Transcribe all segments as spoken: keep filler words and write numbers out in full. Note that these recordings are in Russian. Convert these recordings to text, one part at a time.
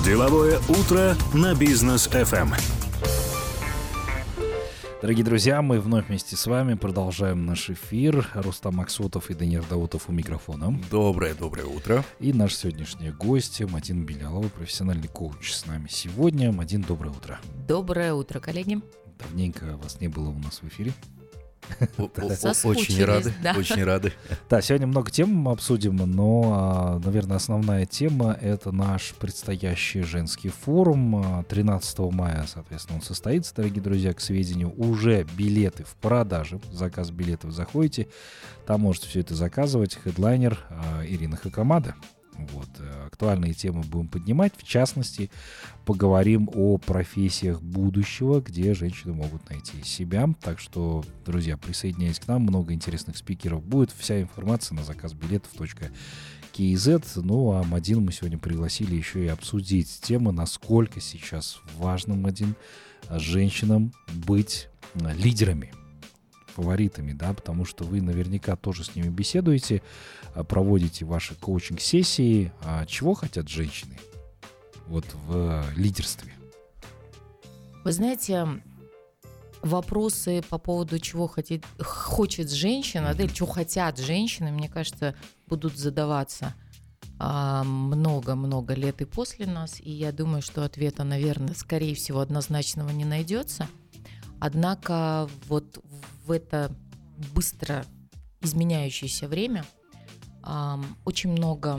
Деловое утро на Бизнес эф эм. Дорогие друзья, мы вновь вместе с вами продолжаем наш эфир. Рустам Максутов и Даниил Даутов у микрофона. Доброе-доброе утро. И наш сегодняшний гость Мадина Белялова, профессиональный коуч с нами сегодня. Мадин, доброе утро. Доброе утро, коллеги. Давненько вас не было у нас в эфире. Очень рады, очень рады. Да, сегодня много тем мы обсудим, но, наверное, основная тема — это наш предстоящий женский форум. тринадцатого мая, соответственно, он состоится, дорогие друзья, к сведению. Уже билеты в продаже. Заказ билетов заходите. Там можете все это заказывать. Хедлайнер Ирина Хакамада. Вот. Актуальные темы будем поднимать. В частности, поговорим о профессиях будущего, где женщины могут найти себя. Так что, друзья, присоединяйтесь к нам. Много интересных спикеров будет. Вся информация на заказ билетов точка кей зет. Ну, а Мадину мы сегодня пригласили еще и обсудить тему, насколько сейчас важно, Мадин, женщинам быть лидерами, фаворитами, да, потому что вы наверняка тоже с ними беседуете, проводите ваши коучинг-сессии. А чего хотят женщины вот в лидерстве? Вы знаете, вопросы по поводу чего хотит, хочет женщина, mm-hmm. да, или чего хотят женщины, мне кажется, будут задаваться а, много-много лет и после нас, и я думаю, что ответа, наверное, скорее всего, однозначного не найдется. Однако вот в это быстро изменяющееся время э, очень много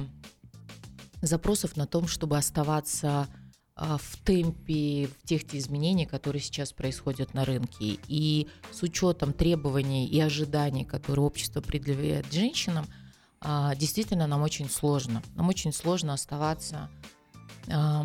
запросов на том, чтобы оставаться э, в темпе в тех изменений, которые сейчас происходят на рынке. И с учетом требований и ожиданий, которые общество предъявляет женщинам, э, действительно нам очень сложно. Нам очень сложно оставаться э,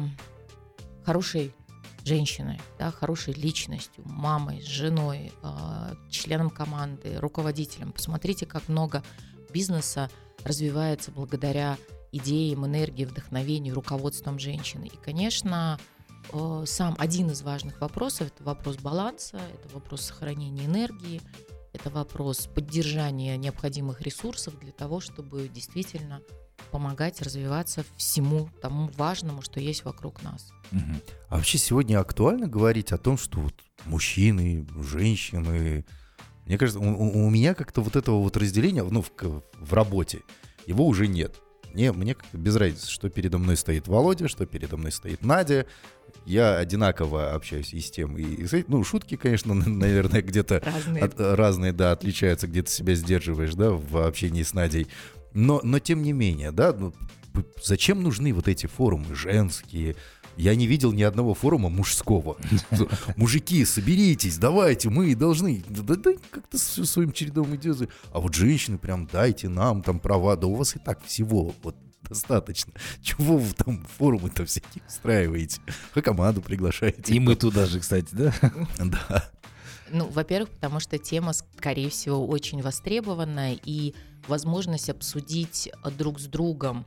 хорошей женщиной, да, хорошей личностью, мамой, женой, э, членом команды, руководителем. Посмотрите, как много бизнеса развивается благодаря идеям, энергии, вдохновению, руководством женщины. И, конечно, э, сам один из важных вопросов – это вопрос баланса, это вопрос сохранения энергии, это вопрос поддержания необходимых ресурсов для того, чтобы действительно помогать развиваться всему тому важному, что есть вокруг нас. Угу. А вообще сегодня актуально говорить о том, что вот мужчины, женщины, мне кажется, у, у меня как-то вот этого вот разделения, ну, в, в работе, его уже нет. Мне, мне без разницы, что передо мной стоит Володя, что передо мной стоит Надя. Я одинаково общаюсь и с тем, и, и с этим. Ну, шутки, конечно, наверное, где-то разные, от, разные да, отличаются, где-то себя сдерживаешь, да, в общении с Надей. Но, но тем не менее, да, ну, зачем нужны вот эти форумы женские? Я не видел ни одного форума мужского. Мужики, соберитесь, давайте, мы должны. Да, да как-то своим чередом идет. А вот женщины прям дайте нам там права. Да у вас и так всего вот достаточно. Чего вы там форумы-то всякие устраиваете? Хакамаду приглашаете. И мы туда же, кстати, да? Да. Ну, во-первых, потому что тема, скорее всего, очень востребованная, и возможность обсудить друг с другом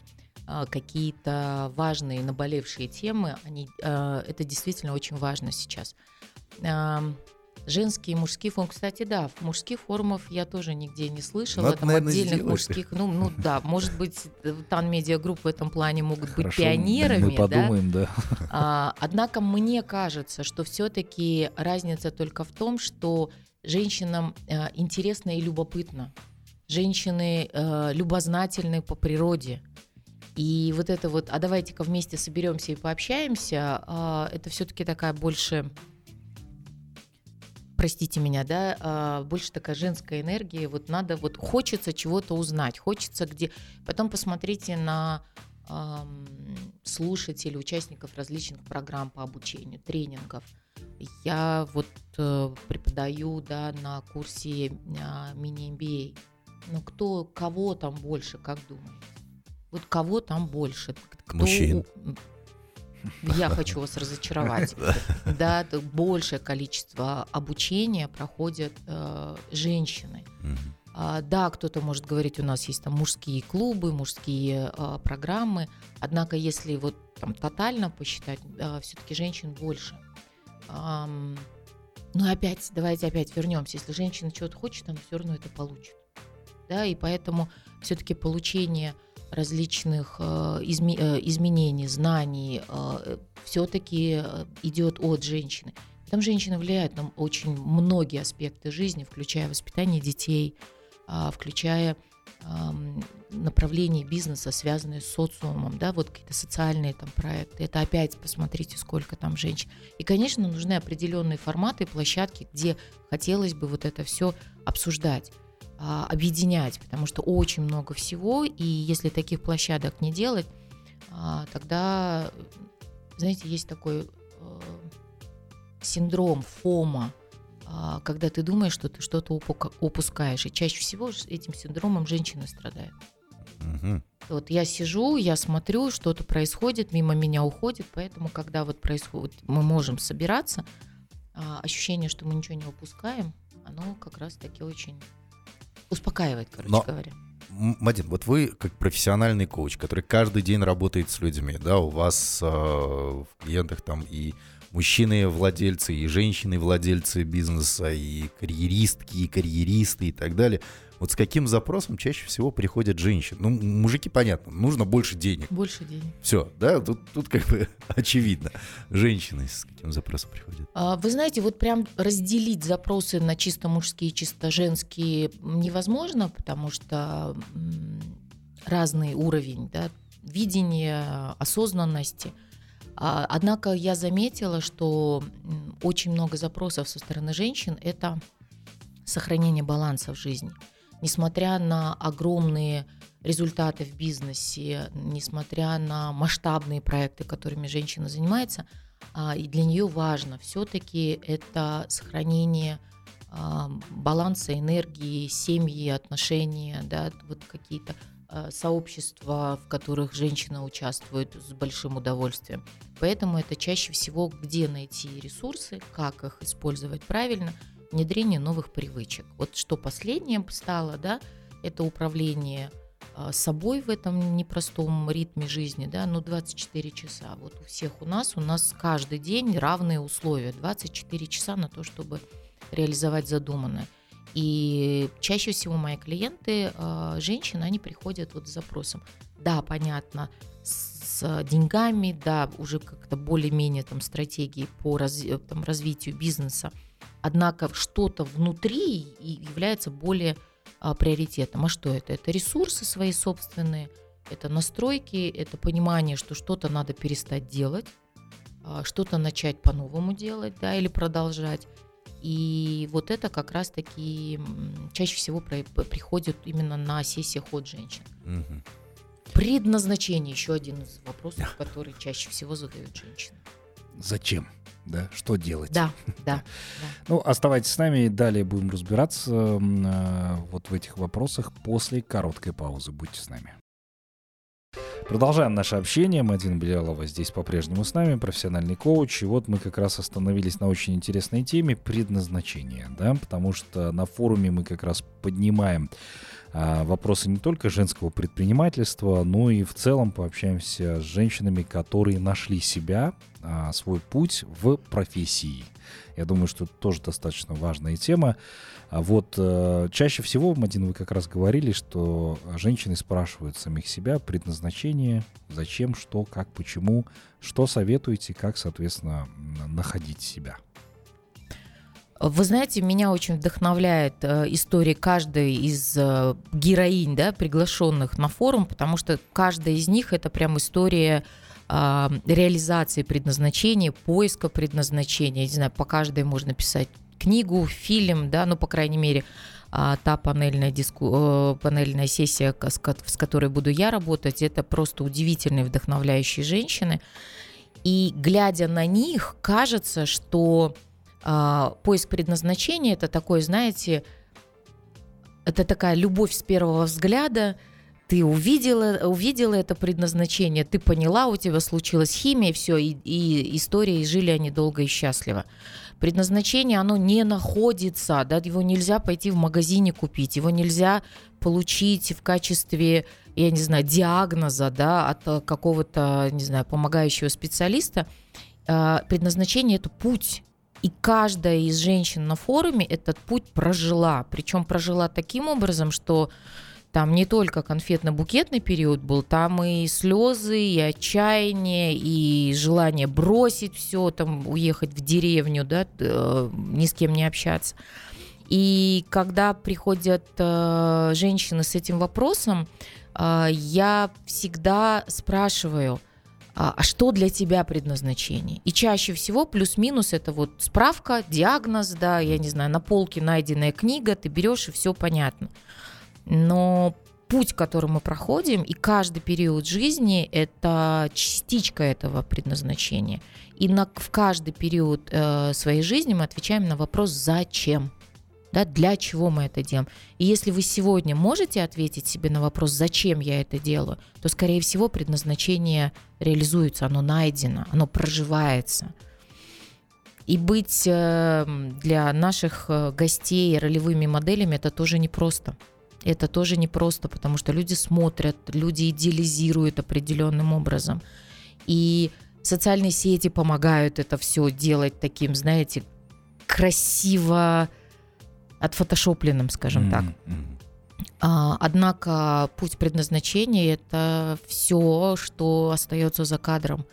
какие-то важные наболевшие темы, они, это действительно очень важно сейчас. Женские и мужские форумы, кстати, да, мужских форумов я тоже нигде не слышала. Надо, там наверное, отдельных сделать. мужских, ну, ну да, может быть, Тан Медиа Групп в этом плане могут Хорошо, быть пионерами. Мы подумаем, да. да. А, однако мне кажется, что все-таки разница только в том, что женщинам а, интересно и любопытно. Женщины а, любознательны по природе. И вот это вот, а давайте-ка вместе соберемся и пообщаемся, а, это все-таки такая больше... простите меня, да, а, больше такая женская энергия, вот надо, вот хочется чего-то узнать, хочется где... Потом посмотрите на а, слушателей, участников различных программ по обучению, тренингов. Я вот а, преподаю, да, на курсе а, мини-эм би эй. Ну, кто, кого там больше, как думаете? Вот кого там больше? Кто... Мужчин. Я хочу вас разочаровать. Да, большее количество обучения проходят э, женщины. Mm-hmm. А, да, кто-то может говорить, у нас есть там мужские клубы, мужские э, программы. Однако, если вот там тотально посчитать, э, все-таки женщин больше. Эм, ну, опять, давайте опять вернемся. Если женщина чего-то хочет, она все равно это получит. Да, и поэтому все-таки получение различных э, изме- э, изменений, знаний э, все-таки идет от женщины. Там женщины влияют на очень многие аспекты жизни, включая воспитание детей, э, включая э, направления бизнеса, связанные с социумом, да, вот какие-то социальные там проекты. Это опять посмотрите, сколько там женщин. И, конечно, нужны определенные форматы, площадки, где хотелось бы вот это все обсуждать, объединять, потому что очень много всего, и если таких площадок не делать, тогда, знаете, есть такой синдром фома, когда ты думаешь, что ты что-то упускаешь, и чаще всего этим синдромом женщины страдают. Угу. Вот я сижу, я смотрю, что-то происходит, мимо меня уходит, поэтому, когда вот происходит, мы можем собираться, ощущение, что мы ничего не упускаем, оно как раз-таки очень успокаивает, короче Но, говоря. Мадин, вот вы как профессиональный коуч, который каждый день работает с людьми, да, у вас э, в клиентах там и мужчины-владельцы, и женщины-владельцы бизнеса, и карьеристки, и карьеристы, и так далее. Вот с каким запросом чаще всего приходят женщины? Ну, мужики, понятно, нужно больше денег. Больше денег. Все, да, тут, тут как бы очевидно. Женщины с каким запросом приходят? А, вы знаете, вот прям разделить запросы на чисто мужские, чисто женские невозможно, потому что м, разный уровень, да, видения, осознанности. А, однако я заметила, что м, очень много запросов со стороны женщин – это сохранение баланса в жизни. Несмотря на огромные результаты в бизнесе, несмотря на масштабные проекты, которыми женщина занимается, и для нее важно все-таки это сохранение баланса энергии, семьи, отношения, да, вот какие-то сообщества, в которых женщина участвует с большим удовольствием. Поэтому это чаще всего, где найти ресурсы, как их использовать правильно, внедрение новых привычек. Вот что последнее стало, да, это управление а, собой в этом непростом ритме жизни, да, ну двадцать четыре часа. Вот у всех у нас, у нас каждый день равные условия, двадцать четыре часа на то, чтобы реализовать задуманное. И чаще всего мои клиенты, а, женщины, они приходят вот с запросом. Да, понятно, с, с деньгами, да, уже как-то более-менее там стратегии по раз, там, развитию бизнеса. Однако что-то внутри является более а, приоритетным. А что это? Это ресурсы свои собственные, это настройки, это понимание, что что-то надо перестать делать, а, что-то начать по-новому делать, да, или продолжать. И вот это как раз-таки чаще всего про- приходит именно на сессиях от женщин. Угу. Предназначение – еще один из вопросов, который чаще всего задают женщины. Зачем? Да, что делать? Да, да, да. Ну, оставайтесь с нами, и далее будем разбираться э, вот в этих вопросах после короткой паузы. Будьте с нами. Продолжаем наше общение. Мадина Белялова здесь по-прежнему с нами, профессиональный коуч. И вот мы как раз остановились на очень интересной теме предназначения, да, потому что на форуме мы как раз поднимаем а, вопросы не только женского предпринимательства, но и в целом пообщаемся с женщинами, которые нашли себя, а, свой путь в профессии. Я думаю, что это тоже достаточно важная тема. А вот э, чаще всего, Мадина, вы как раз говорили, что женщины спрашивают самих себя предназначение, зачем, что, как, почему, что советуете, как, соответственно, находить себя. Вы знаете, меня очень вдохновляет э, история каждой из э, героинь, да, приглашенных на форум, потому что каждая из них — это прям история э, реализации предназначения, поиска предназначения. Я не знаю, по каждой можно писать книгу, фильм, да, ну, по крайней мере, э, та панельная, диску, э, панельная сессия, с, с которой буду я работать, это просто удивительные, вдохновляющие женщины. И глядя на них, кажется, что Uh, поиск предназначения — это такой, знаете, это такая любовь с первого взгляда. Ты увидела, увидела это предназначение, ты поняла, у тебя случилась химия, все, и, и история, и жили они долго и счастливо. Предназначение, оно не находится, да, его нельзя пойти в магазине купить, его нельзя получить в качестве, я не знаю, диагноза, да, от какого-то, не знаю, помогающего специалиста. Uh, предназначение — это путь. И каждая из женщин на форуме этот путь прожила. Причем прожила таким образом, что Там не только конфетно-букетный период был, там и слезы, и отчаяние, и желание бросить все, там, уехать в деревню, да, ни с кем не общаться. И когда приходят э, женщины с этим вопросом, э, я всегда спрашиваю, а, а что для тебя предназначение? И чаще всего плюс-минус это вот справка, диагноз, да, я не знаю, на полке найденная книга, ты берешь и все понятно. Но путь, который мы проходим, и каждый период жизни – это частичка этого предназначения. И на, в каждый период э, своей жизни мы отвечаем на вопрос «зачем?». Да, для чего мы это делаем? И если вы сегодня можете ответить себе на вопрос, зачем я это делаю, то, скорее всего, предназначение реализуется, оно найдено, оно проживается. И быть для наших гостей ролевыми моделями – это тоже непросто. Это тоже непросто, потому что люди смотрят, люди идеализируют определенным образом. И социальные сети помогают это все делать таким, знаете, красиво, отфотошопленным, скажем mm-hmm. так. А, однако путь предназначения – это все, что остается за кадром.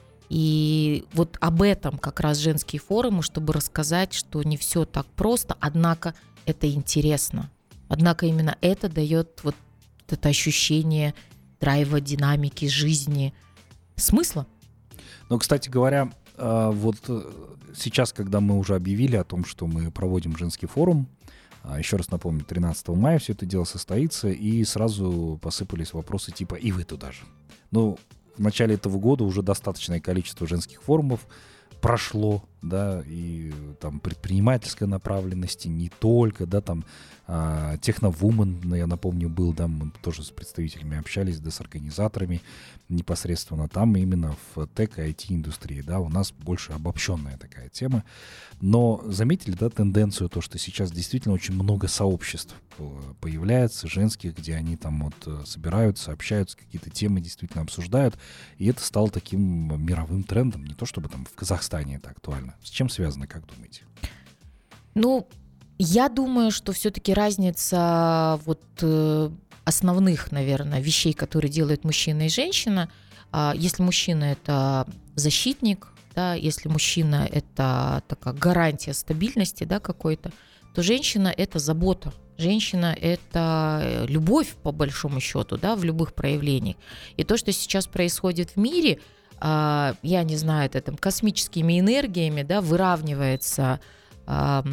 И вот об этом как раз женские форумы, чтобы рассказать, что не все так просто, однако это интересно. Однако именно это дает вот это ощущение драйва, динамики, жизни, смысла. Но, кстати говоря, вот сейчас, когда мы уже объявили о том, что мы проводим женский форум, еще раз напомню, тринадцатого мая все это дело состоится, и сразу посыпались вопросы типа «и вы туда же». Ну, в начале этого года уже достаточное количество женских форумов прошло, да, и там предпринимательской направленности, не только, да, там а, Техновумен, я напомню, был, да, мы тоже с представителями общались, да, с организаторами непосредственно там именно в тек и ай ти-индустрии, да, у нас больше обобщенная такая тема, но заметили, да, тенденцию, то, что сейчас действительно очень много сообществ появляется, женских, где они там вот собираются, общаются, какие-то темы действительно обсуждают, и это стало таким мировым трендом, не то чтобы там в Казахстане это актуально. С чем связано, как думаете? Ну, я думаю, что все-таки разница вот э, основных, наверное, вещей, которые делают мужчина и женщина. Э, если мужчина – это защитник, да, если мужчина – это такая гарантия стабильности, да, какой-то, то женщина – это забота. Женщина – это любовь, по большому счету, да, в любых проявлениях. И то, что сейчас происходит в мире – я не знаю, это там космическими энергиями, да, выравнивается, а,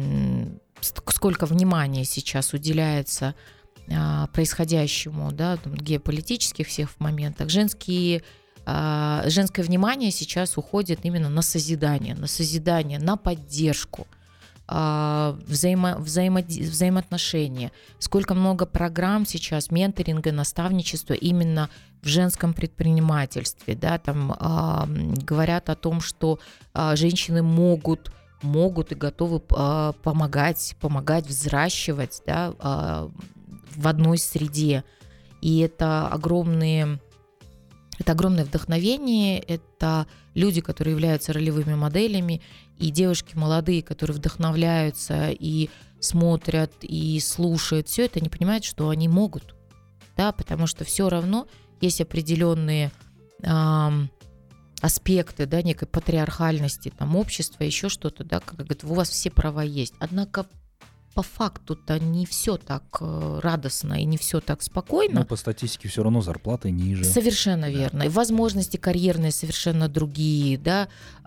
сколько внимания сейчас уделяется а, происходящему, да, там, геополитических всех моментах. Женские, а, женское внимание сейчас уходит именно на созидание, на созидание, на поддержку, а, взаимо, взаимо, взаимоотношения. Сколько много программ сейчас, менторинга, наставничества именно в женском предпринимательстве, да, там а, говорят о том, что а, женщины могут, могут и готовы а, помогать, помогать взращивать, да, а, в одной среде. И это огромные, это огромное вдохновение, это люди, которые являются ролевыми моделями, и девушки молодые, которые вдохновляются и смотрят, и слушают, все это, они понимают, что они могут, да, потому что все равно есть определенные э, аспекты, да, некой патриархальности там, общества, еще что-то, да, как говорят, у вас все права есть. Однако по факту-то не все так э, радостно и не все так спокойно. Но по статистике все равно зарплаты ниже. Совершенно да. верно. И возможности карьерные совершенно другие, да,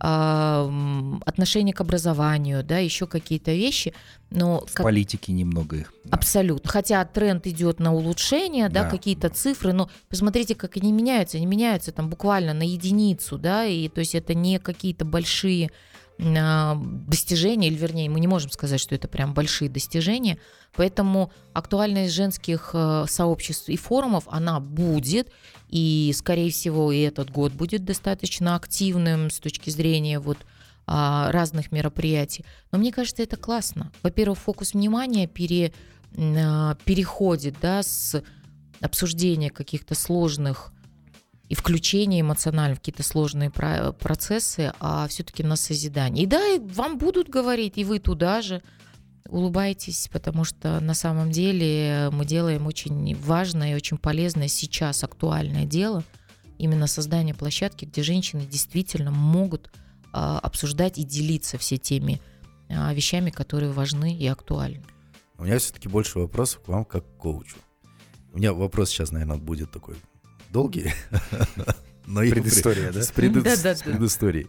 э, отношение к образованию, да, еще какие-то вещи. Но в как... политике немного их. Да. Абсолютно. Хотя тренд идет на улучшение, да, да, какие-то цифры, но посмотрите, как они меняются. Они меняются там буквально на единицу, да, и то есть это не какие-то большие достижения, или вернее, мы не можем сказать, что это прям большие достижения, поэтому актуальность женских сообществ и форумов, она будет, и, скорее всего, и этот год будет достаточно активным с точки зрения вот разных мероприятий. Но мне кажется, это классно. Во-первых, фокус внимания пере, переходит, да, с обсуждения каких-то сложных и включение эмоционально в какие-то сложные процессы, а все-таки на созидание. И да, и вам будут говорить, и вы туда же. улыбайтесь, потому что на самом деле мы делаем очень важное и очень полезное сейчас актуальное дело, именно создание площадки, где женщины действительно могут а, обсуждать и делиться все теми а, вещами, которые важны и актуальны. У меня все-таки больше вопросов к вам как к коучу. У меня вопрос сейчас, наверное, будет такой долгий. Предыстория, да? С предысторией.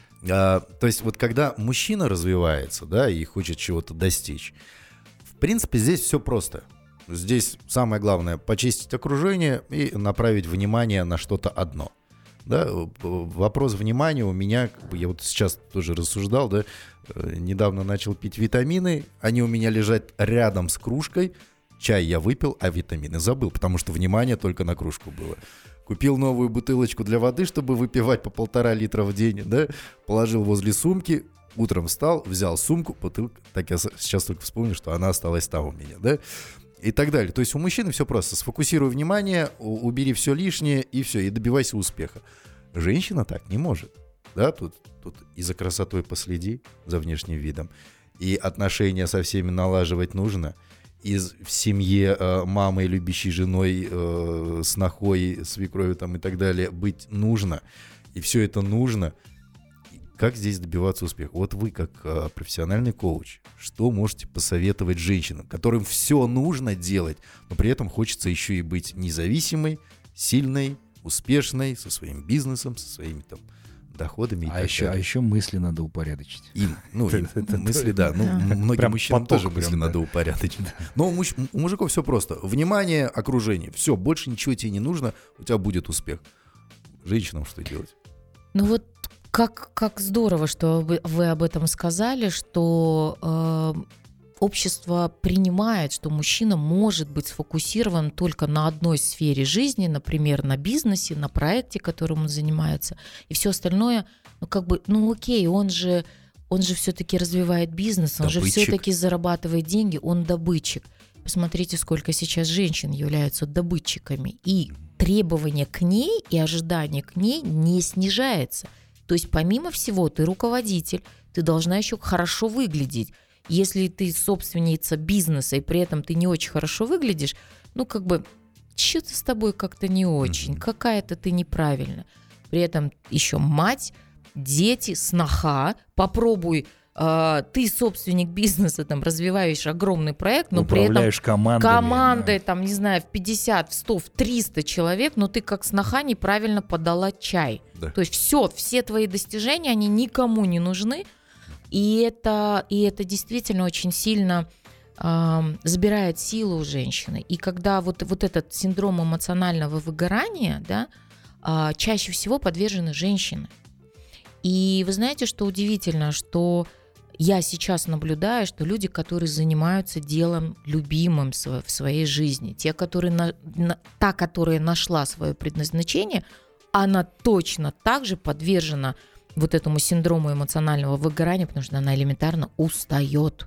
А, то есть вот когда мужчина развивается, да, и хочет чего-то достичь, в принципе, здесь все просто. Здесь самое главное — почистить окружение и направить внимание на что-то одно. Да, вопрос внимания у меня, я вот сейчас тоже рассуждал, да, недавно начал пить витамины, они у меня лежат рядом с кружкой, чай я выпил, а витамины забыл, потому что внимание только на кружку было. Купил новую бутылочку для воды, чтобы выпивать по полтора литра в день, да, положил возле сумки, утром встал, взял сумку, бутылку, так я сейчас только вспомнил, что она осталась там у меня, да, и так далее. То есть у мужчины все просто. Сфокусируй внимание, убери все лишнее, и все, и добивайся успеха. Женщина так не может. Да, тут, тут и за красотой последи, за внешним видом, и отношения со всеми налаживать нужно, и в семье э, мамой, любящей женой, э, снохой, свекровью там и так далее быть нужно. И все это нужно. Как здесь добиваться успеха? Вот вы, как э, профессиональный коуч, что можете посоветовать женщинам, которым все нужно делать, но при этом хочется еще и быть независимой, сильной, успешной, со своим бизнесом, со своими там доходами и а так еще, далее. А еще мысли надо упорядочить. Им, ну, им, мысли, да. Ну, многим мужчинам тоже мысли надо упорядочить. Но у, муж, у мужиков все просто. Внимание, окружение. Все, больше ничего тебе не нужно, у тебя будет успех. Женщинам что делать? Ну вот как, как здорово, что вы, вы об этом сказали, что э, общество принимает, что мужчина может быть сфокусирован только на одной сфере жизни, например, на бизнесе, на проекте, которым он занимается, и все остальное, ну как бы, ну окей, он же, он же все-таки развивает бизнес, он Добытчик. же все-таки зарабатывает деньги, он добытчик. Посмотрите, сколько сейчас женщин являются добытчиками, и требования к ней и ожидания к ней не снижается. То есть помимо всего ты руководитель, ты должна еще хорошо выглядеть. Если ты собственница бизнеса и при этом ты не очень хорошо выглядишь, ну как бы что-то с тобой как-то не очень, mm-hmm. какая-то ты неправильная. При этом еще мать, дети, сноха, попробуй, э, ты собственник бизнеса, там развиваешь огромный проект, но при этом командами, командой, да. там, не знаю, в пятьдесят, в сто, в триста человек, но ты как сноха неправильно подала чай. Да. То есть все, все твои достижения, они никому не нужны. И это, и это действительно очень сильно э, забирает силу у женщины. И когда вот, вот этот синдром эмоционального выгорания, да, э, чаще всего подвержены женщины. И вы знаете, что удивительно, что я сейчас наблюдаю, что люди, которые занимаются делом любимым в своей жизни, те, которые на, на, та, которая нашла свое предназначение, она точно так же подвержена вот этому синдрому эмоционального выгорания, потому что она элементарно устает.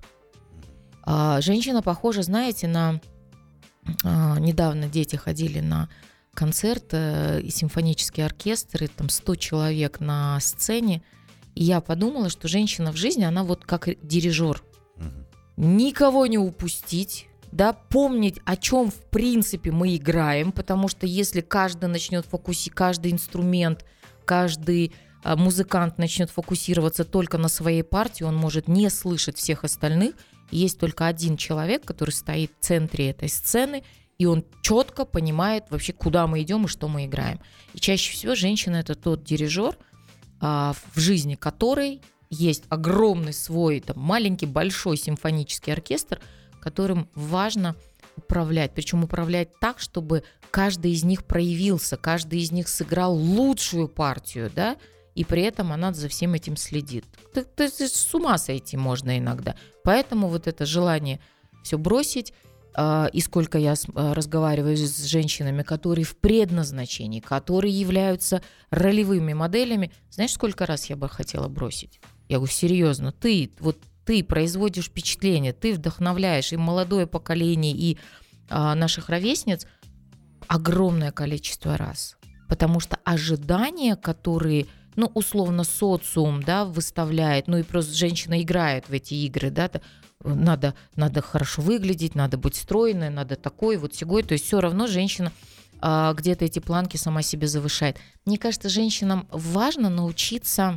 А женщина похожа, знаете, на... А, недавно дети ходили на концерт, и симфонический оркестр, и там сто человек на сцене, и я подумала, что женщина в жизни, она вот как дирижер. Угу. Никого не упустить, да, помнить, о чем в принципе мы играем, потому что если каждый начнет фокусировать, каждый инструмент, каждый музыкант начнет фокусироваться только на своей партии, он может не слышать всех остальных. Есть только один человек, который стоит в центре этой сцены, и он четко понимает вообще, куда мы идем и что мы играем. И чаще всего женщина — это тот дирижер, в жизни которой есть огромный свой там, маленький, большой симфонический оркестр, которым важно управлять. Причем управлять так, чтобы каждый из них проявился, каждый из них сыграл лучшую партию, да, и при этом она за всем этим следит. Ты, ты, ты, с ума сойти можно иногда. Поэтому вот это желание все бросить, э, и сколько я с, э, разговариваю с женщинами, которые в предназначении, которые являются ролевыми моделями, знаешь, сколько раз я бы хотела бросить? Я говорю, серьезно, ты, вот ты производишь впечатление, ты вдохновляешь и молодое поколение, и э, наших ровесниц огромное количество раз. Потому что ожидания, которые... ну, условно, социум, да, выставляет, ну и просто женщина играет в эти игры, да, надо, надо хорошо выглядеть, надо быть стройной, надо такой, вот сягой. То есть все равно женщина а, где-то эти планки сама себе завышает. Мне кажется, женщинам важно научиться,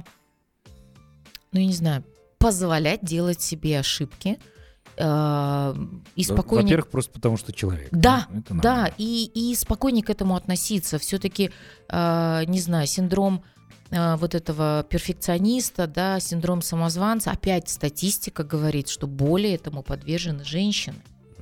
ну, я не знаю, позволять делать себе ошибки, э, и спокойнее... Во-первых, просто потому что человек. Да, это да, и, и спокойнее к этому относиться. Все-таки, э, не знаю, синдром э, вот этого перфекциониста, да, синдром самозванца, опять статистика говорит, что более этому подвержены женщины.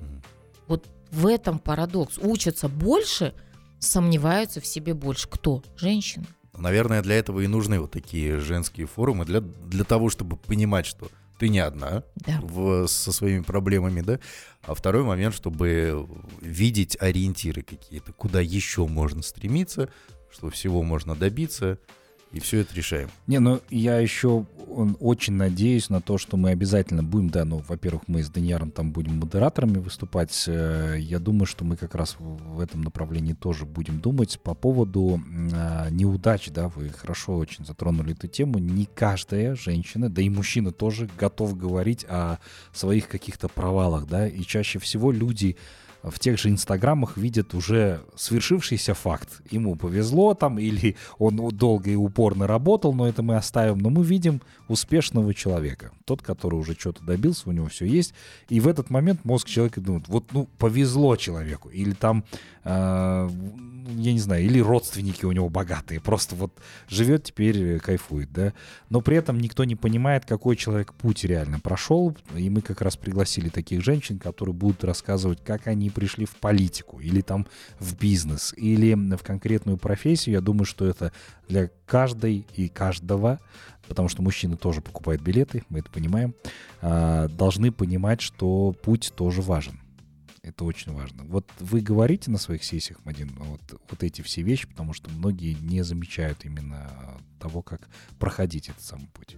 Вот в этом парадокс. Учатся больше, сомневаются в себе больше. Кто? Женщины. Наверное, для этого и нужны вот такие женские форумы, для, для того, чтобы понимать, что ты не одна, да. в, со своими проблемами, да. А второй момент, чтобы видеть ориентиры какие-то, куда еще можно стремиться, что всего можно добиться, и все это решаем. Не, ну я еще очень надеюсь на то, что мы обязательно будем, да, ну, во-первых, мы с Данияром там будем модераторами выступать. Я думаю, что мы как раз в этом направлении тоже будем думать по поводу э, неудач, да, вы хорошо очень затронули эту тему. Не каждая женщина, да и мужчина тоже готов говорить о своих каких-то провалах, да, и чаще всего люди в тех же инстаграмах видят уже свершившийся факт. Ему повезло там, или он долго и упорно работал, но это мы оставим. Но мы видим успешного человека. Тот, который уже что-то добился, у него все есть. И в этот момент мозг человека думает, вот, ну, повезло человеку. Или там, э, я не знаю, или родственники у него богатые. Просто вот живет теперь, кайфует, да. Но при этом никто не понимает, какой человек путь реально прошел. И мы как раз пригласили таких женщин, которые будут рассказывать, как они пришли в политику, или там в бизнес, или в конкретную профессию. Я думаю, что это для каждой и каждого, потому что мужчины тоже покупают билеты, мы это понимаем, должны понимать, что путь тоже важен. Это очень важно. Вот вы говорите на своих сессиях, Мадин, вот, вот эти все вещи, потому что многие не замечают именно того, как проходить этот самый путь.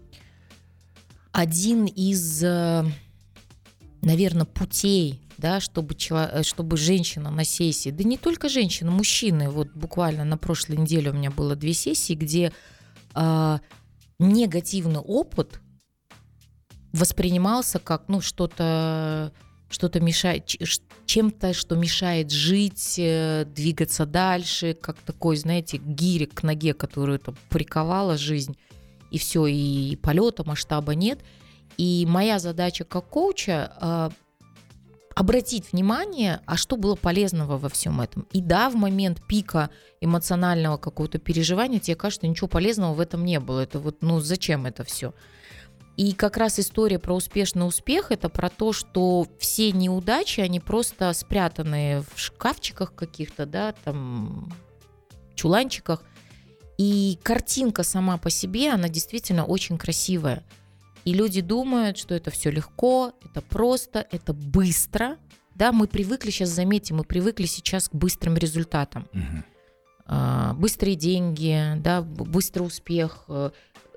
Один из, наверное, путей, да, чтобы, человек, чтобы женщина на сессии, да не только женщина, мужчины, вот буквально на прошлой неделе у меня было две сессии, где э, негативный опыт воспринимался как, ну, что-то, что-то мешает, чем-то, что мешает жить, двигаться дальше, как такой, знаете, гиря к ноге, которую там приковала жизнь, и все, и полета, масштаба нет. И моя задача как коуча — обратить внимание, а что было полезного во всем этом. И да, в момент пика эмоционального какого-то переживания тебе кажется, что ничего полезного в этом не было. Это вот, ну, зачем это все? И как раз история про успешный успех — это про то, что все неудачи, они просто спрятаны в шкафчиках каких-то, да, там, чуланчиках. И картинка сама по себе, она действительно очень красивая. И люди думают, что это все легко, это просто, это быстро. Да, мы привыкли, сейчас заметьте, мы привыкли сейчас к быстрым результатам. Uh-huh. А, быстрые деньги, да, быстрый успех, э,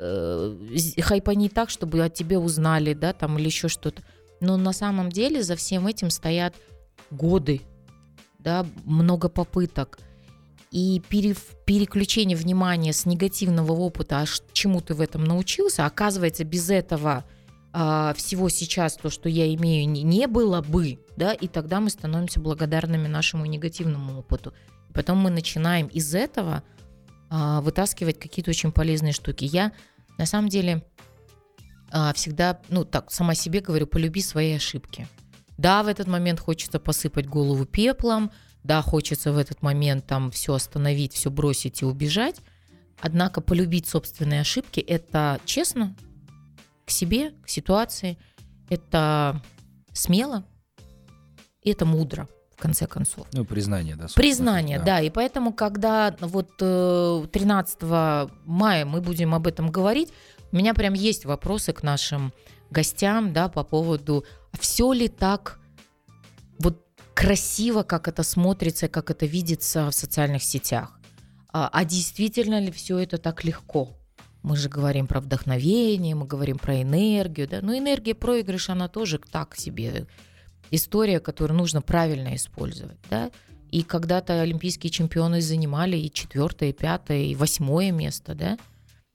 хайпани так, чтобы о тебе узнали, да, там, или еще что-то. Но на самом деле за всем этим стоят годы, да, много попыток. И пере, переключение внимания с негативного опыта, а чему ты в этом научился, оказывается, без этого а, всего сейчас то, что я имею, не, не было бы, да, и тогда мы становимся благодарными нашему негативному опыту. И потом мы начинаем из этого а, вытаскивать какие-то очень полезные штуки. Я, на самом деле, а, всегда, ну, так, сама себе говорю, полюби свои ошибки. Да, в этот момент хочется посыпать голову пеплом, да, хочется в этот момент там все остановить, все бросить и убежать. Однако полюбить собственные ошибки — это честно к себе, к ситуации, это смело, и это мудро, в конце концов. Ну, признание, да. Признание, да. да. И поэтому, когда вот тринадцатого мая мы будем об этом говорить, у меня прям есть вопросы к нашим гостям, да, по поводу, все ли так вот красиво, как это смотрится, как это видится в социальных сетях. А, а действительно ли все это так легко? Мы же говорим про вдохновение, мы говорим про энергию, да? Но энергия проигрыша, она тоже так себе история, которую нужно правильно использовать, да? И когда-то олимпийские чемпионы занимали и четвертое, и пятое, и восьмое место, да?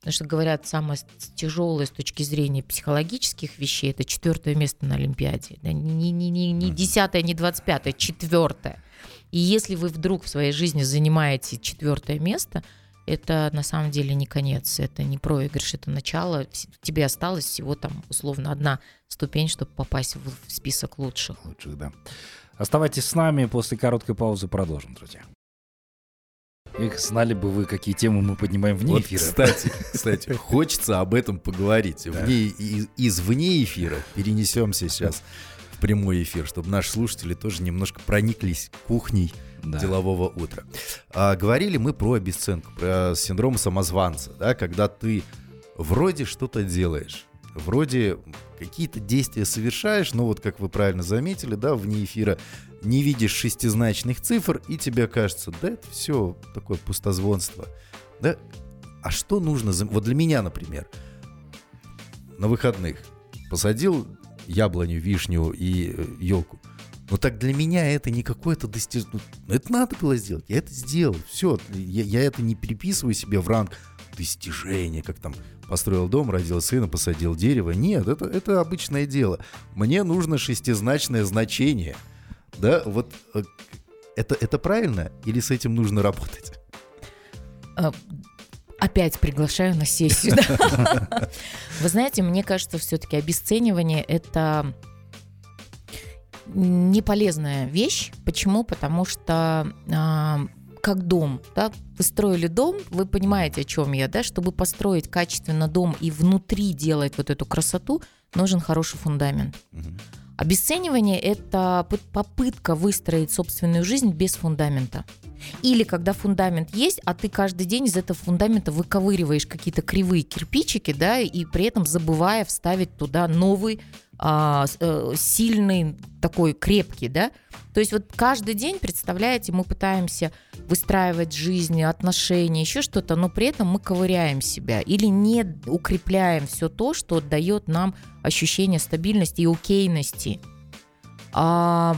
Потому что, говорят, самое тяжелое с точки зрения психологических вещей — это четвертое место на Олимпиаде. Да, не, не, не, не десятое, не двадцать пятое, четвертое. И если вы вдруг в своей жизни занимаете четвертое место, это на самом деле не конец, это не проигрыш, это начало. Тебе осталось всего там условно одна ступень, чтобы попасть в список лучших. Лучших, да. Оставайтесь с нами, после короткой паузы продолжим, друзья. Эх, знали бы вы, какие темы мы поднимаем вне вот, эфира. Кстати, кстати, хочется об этом поговорить. Вне, из, из вне эфира перенесемся сейчас в прямой эфир, чтобы наши слушатели тоже немножко прониклись кухней да. делового утра. А, говорили мы про обесценку, про синдром самозванца, да, когда ты вроде что-то делаешь, вроде какие-то действия совершаешь, но вот как вы правильно заметили, да, вне эфира, не видишь шестизначных цифр, и тебе кажется, да, это все такое пустозвонство. Да? А что нужно? Вот для меня, например, на выходных посадил яблоню, вишню и елку. Но так для меня это не какое-то достижение. Это надо было сделать. Я это сделал. Все. Я, я это не переписываю себе в ранг достижения, как там построил дом, родил сына, посадил дерево. Нет, это, это обычное дело. Мне нужно шестизначное значение. Да, вот это, это правильно или с этим нужно работать? Опять приглашаю на сессию. Вы знаете, мне кажется, все-таки обесценивание — это не полезная вещь. Почему? Потому что как дом, да, вы строили дом, вы понимаете, о чем я, да, чтобы построить качественно дом и внутри делать вот эту красоту, нужен хороший фундамент. Обесценивание — это попытка выстроить собственную жизнь без фундамента. Или когда фундамент есть, а ты каждый день из этого фундамента выковыриваешь какие-то кривые кирпичики, да, и при этом забывая вставить туда новый, а, сильный, такой крепкий, да. То есть вот каждый день, представляете, мы пытаемся выстраивать жизнь, отношения, еще что-то, но при этом мы ковыряем себя или не укрепляем все то, что дает нам ощущение стабильности и окейности. А,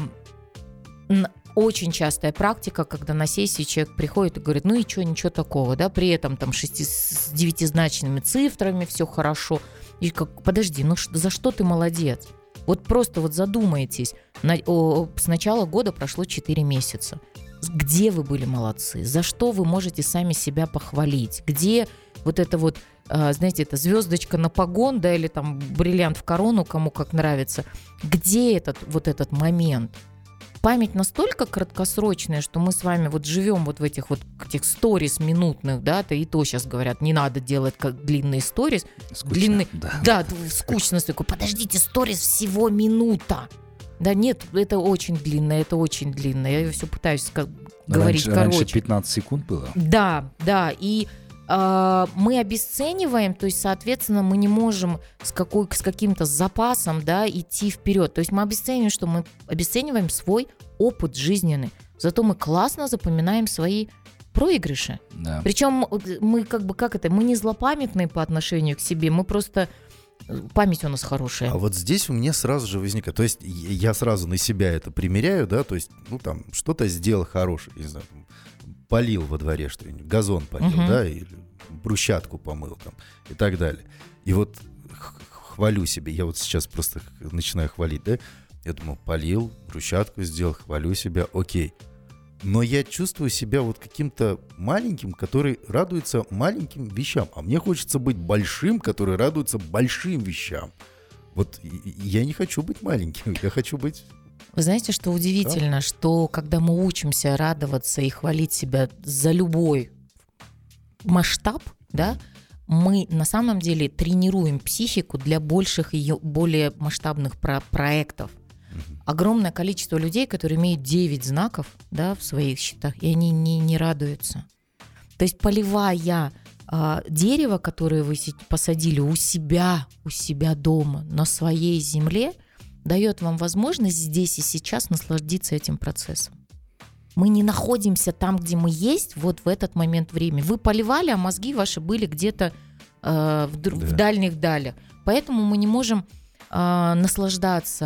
очень частая практика, когда на сессии человек приходит и говорит, ну и что, ничего такого, да, при этом там шести, с девятизначными цифрами все хорошо. И как, подожди, ну ш, за что ты молодец? Вот просто вот задумайтесь, на, о, с начала года прошло четыре месяца. Где вы были молодцы? За что вы можете сами себя похвалить? Где вот это вот, а, знаете, это звездочка на погон, да, или там бриллиант в корону, кому как нравится. Где этот вот этот момент? Память настолько краткосрочная, что мы с вами вот живем вот в этих вот этих сторис минутных, да, то и то сейчас говорят, не надо делать как длинные сторис. Длинные, да. Да, скучно. Такой, подождите, сторис всего минута. Да нет, это очень длинно, это очень длинно. Я все пытаюсь как, говорить раньше, короче. Раньше пятнадцать секунд было. Да, да, и э, мы обесцениваем, то есть, соответственно, мы не можем с, какой, с каким-то запасом, да, идти вперед. То есть мы обесцениваем, что мы обесцениваем свой опыт жизненный. Зато мы классно запоминаем свои проигрыши. Да. Причем мы как бы, как это, мы не злопамятные по отношению к себе, мы просто... Память у нас хорошая. А вот здесь у меня сразу же возникает, то есть я сразу на себя это примеряю, да, то есть, ну там, что-то сделал хорошее, не знаю, там, полил во дворе что-нибудь, газон полил, uh-huh. да, или брусчатку помыл там и так далее. И вот хвалю себе, я вот сейчас просто начинаю хвалить, да, я думаю, полил, брусчатку сделал, хвалю себя, окей. Но я чувствую себя вот каким-то маленьким, который радуется маленьким вещам. А мне хочется быть большим, который радуется большим вещам. Вот я не хочу быть маленьким, я хочу быть... Вы знаете, что удивительно, да? Что когда мы учимся радоваться и хвалить себя за любой масштаб, да, мы на самом деле тренируем психику для больших и более масштабных про- проектов. Огромное количество людей, которые имеют девять знаков, да, в своих счетах, и они не, не радуются. То есть поливая а, дерево, которое вы посадили у себя, у себя дома, на своей земле, дает вам возможность здесь и сейчас насладиться этим процессом. Мы не находимся там, где мы есть, вот в этот момент времени. Вы поливали, а мозги ваши были где-то э, в, да. в дальних далях. Поэтому мы не можем э, наслаждаться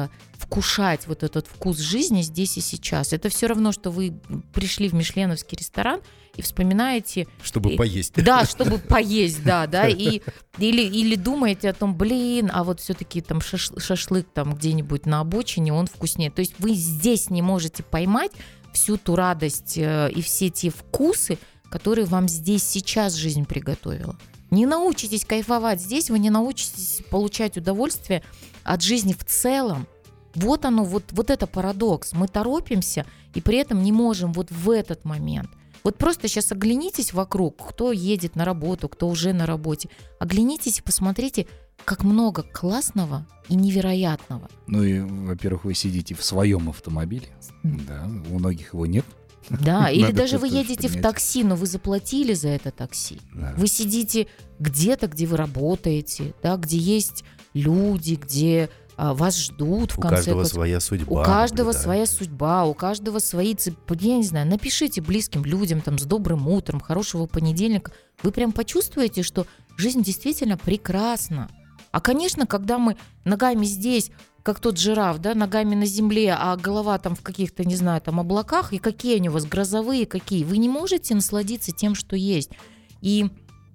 вкушать вот этот вкус жизни здесь и сейчас. Это все равно, что вы пришли в мишленовский ресторан и вспоминаете... Чтобы и, поесть. Да, чтобы поесть, да, да, и, или, или думаете о том, блин, а вот все-таки там шаш, шашлык там где-нибудь на обочине, он вкуснее. То есть вы здесь не можете поймать всю ту радость э, и все те вкусы, которые вам здесь сейчас жизнь приготовила. Не научитесь кайфовать здесь, вы не научитесь получать удовольствие от жизни в целом. Вот оно, вот, вот это парадокс. Мы торопимся и при этом не можем вот в этот момент. Вот просто сейчас оглянитесь вокруг, кто едет на работу, кто уже на работе. Оглянитесь и посмотрите, как много классного и невероятного. Ну и, во-первых, вы сидите в своем автомобиле. Да, у многих его нет. Да, или Надо даже вы просто едете в понять. такси, но вы заплатили за это такси. Да. Вы сидите где-то, где вы работаете, да, где есть люди, где а, вас ждут, в У конце каждого концов. своя судьба. У каждого наблюдаю. своя судьба, у каждого свои, цеп- я не знаю, напишите близким людям там с добрым утром, хорошего понедельника. Вы прям почувствуете, что жизнь действительно прекрасна. А, конечно, когда мы ногами здесь, как тот жираф, да, ногами на земле, а голова там в каких-то, не знаю, там облаках, и какие они у вас грозовые, какие, вы не можете насладиться тем, что есть. И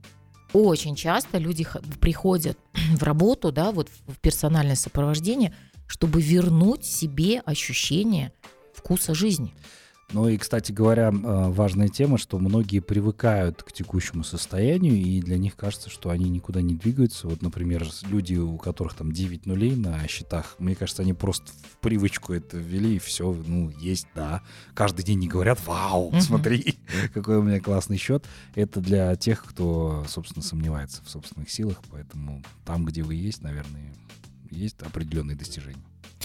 очень часто люди х- приходят в работу, да, вот в персональное сопровождение, чтобы вернуть себе ощущение вкуса жизни. Ну и, кстати говоря, э, важная тема, что многие привыкают к текущему состоянию, и для них кажется, что они никуда не двигаются. Вот, например, с- люди, у которых там девять нулей на счетах, мне кажется, они просто в привычку это ввели, и все, ну, есть, да. Каждый день не говорят: вау, Мгм. смотри, какой у меня классный счет. Это для тех, кто, собственно, сомневается в собственных силах, поэтому там, где вы есть, наверное, есть определенные достижения.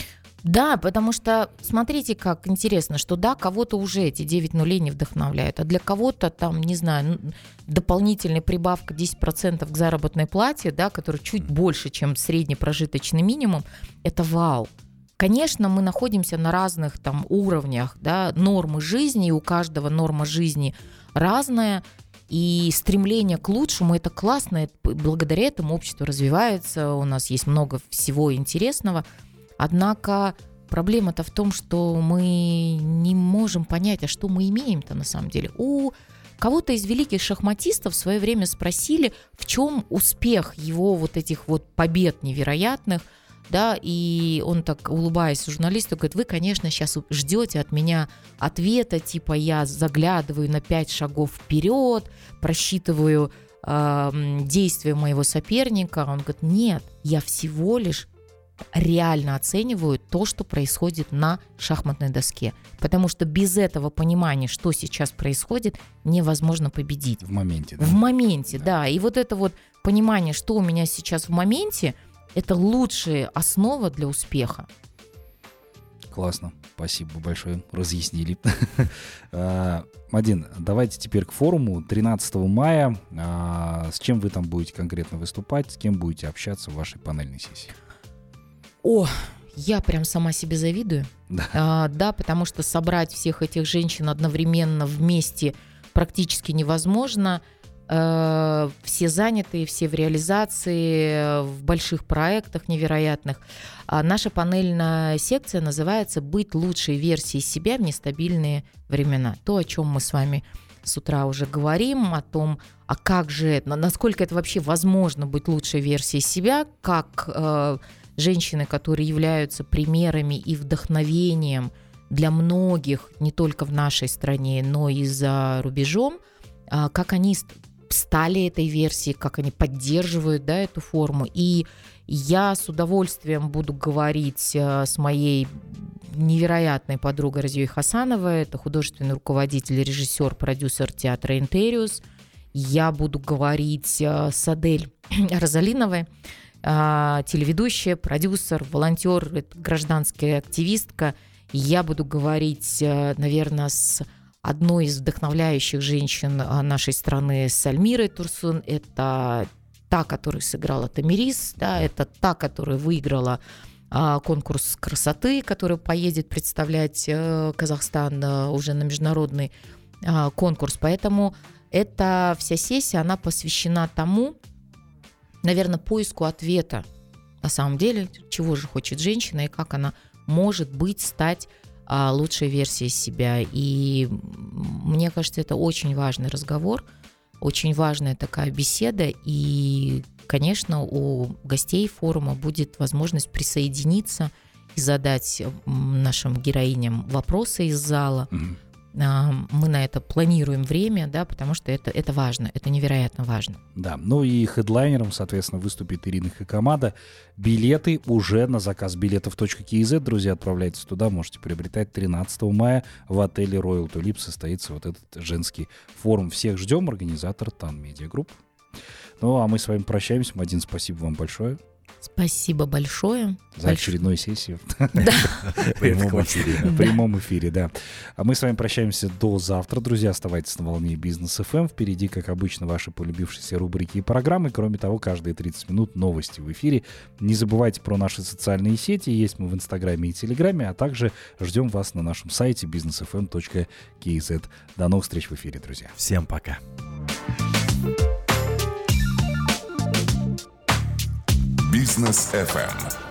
Да, потому что смотрите, как интересно, что да, кого-то уже эти девять нулей не вдохновляют, а для кого-то там, не знаю, н- дополнительная прибавка десять процентов к заработной плате, да, которая чуть больше, чем средний прожиточный минимум, это вау. Конечно, мы находимся на разных там уровнях, да, нормы жизни, и у каждого норма жизни разная, и стремление к лучшему — это классно, это- благодаря этому общество развивается, у нас есть много всего интересного. Однако проблема-то в том, что мы не можем понять, а что мы имеем-то на самом деле. У кого-то из великих шахматистов в свое время спросили, в чем успех его вот этих вот побед невероятных, да, и он так, улыбаясь журналисту, говорит: вы, конечно, сейчас ждете от меня ответа, типа я заглядываю на пять шагов вперед, просчитываю э, действия моего соперника. Он говорит: нет, я всего лишь реально оцениваю то, что происходит на шахматной доске. Потому что без этого понимания, что сейчас происходит, невозможно победить. В моменте. Да? В моменте, Да. да. И вот это вот понимание, что у меня сейчас в моменте, это лучшая основа для успеха. Классно, спасибо большое, разъяснили. А, Мадин, давайте теперь к форуму тринадцатого мая. А, С чем вы там будете конкретно выступать, с кем будете общаться в вашей панельной сессии? О, я прям сама себе завидую. Да. А, да, потому что собрать всех этих женщин одновременно вместе практически невозможно. Э, все занятые, все в реализации, в больших проектах невероятных. А наша панельная секция называется «Быть лучшей версией себя в нестабильные времена». То, о чем мы с вами с утра уже говорим, о том, а как же, насколько это вообще возможно быть лучшей версией себя, как э, женщины, которые являются примерами и вдохновением для многих, не только в нашей стране, но и за рубежом, э, как они стали этой версией, как они поддерживают, да, эту форму. И я с удовольствием буду говорить э, с моей невероятной подругой Разией Хасановой, это художественный руководитель, режиссер, продюсер театра «Интериус». Я буду говорить э, с Адель Розалиновой, э, телеведущая, продюсер, волонтер, это гражданская активистка. Я буду говорить, э, наверное, с одной из вдохновляющих женщин нашей страны, с Альмирой Турсун. Это та, которая сыграла Тамирис, да, это та, которая выиграла а, конкурс красоты, который поедет представлять а, Казахстан а, уже на международный а, конкурс. Поэтому эта вся сессия, она посвящена тому, наверное, поиску ответа, на самом деле, чего же хочет женщина и как она может быть, стать а, лучшей версией себя. И мне кажется, это очень важный разговор, очень важная такая беседа. И, конечно, у гостей форума будет возможность присоединиться и задать нашим героиням вопросы из зала. Мгм. А, Мы на это планируем время, да, потому что это, это важно, это невероятно важно. Да, ну и хедлайнером, соответственно, выступит Ирина Хакамада. Билеты уже на заказ билетов точка кей зет, друзья, отправляйтесь туда, можете приобретать. Тринадцатого мая в отеле Royal Tulip состоится вот этот женский форум. Всех ждем, организатор Тан Медиа Групп. Ну, а мы с вами прощаемся. Мадин, спасибо вам большое Спасибо большое. за очередную сессию. В прямом эфире. В прямом эфире, да. А мы с вами прощаемся до завтра, друзья. Оставайтесь на волне Бизнес эф эм. Впереди, как обычно, ваши полюбившиеся рубрики и программы. Кроме того, каждые тридцать минут новости в эфире. Не забывайте про наши социальные сети. Есть мы в Инстаграме и Телеграме, а также ждем вас на нашем сайте бизнес эф эм точка кей зет. До новых встреч в эфире, друзья. Всем пока. Бизнес эф эм.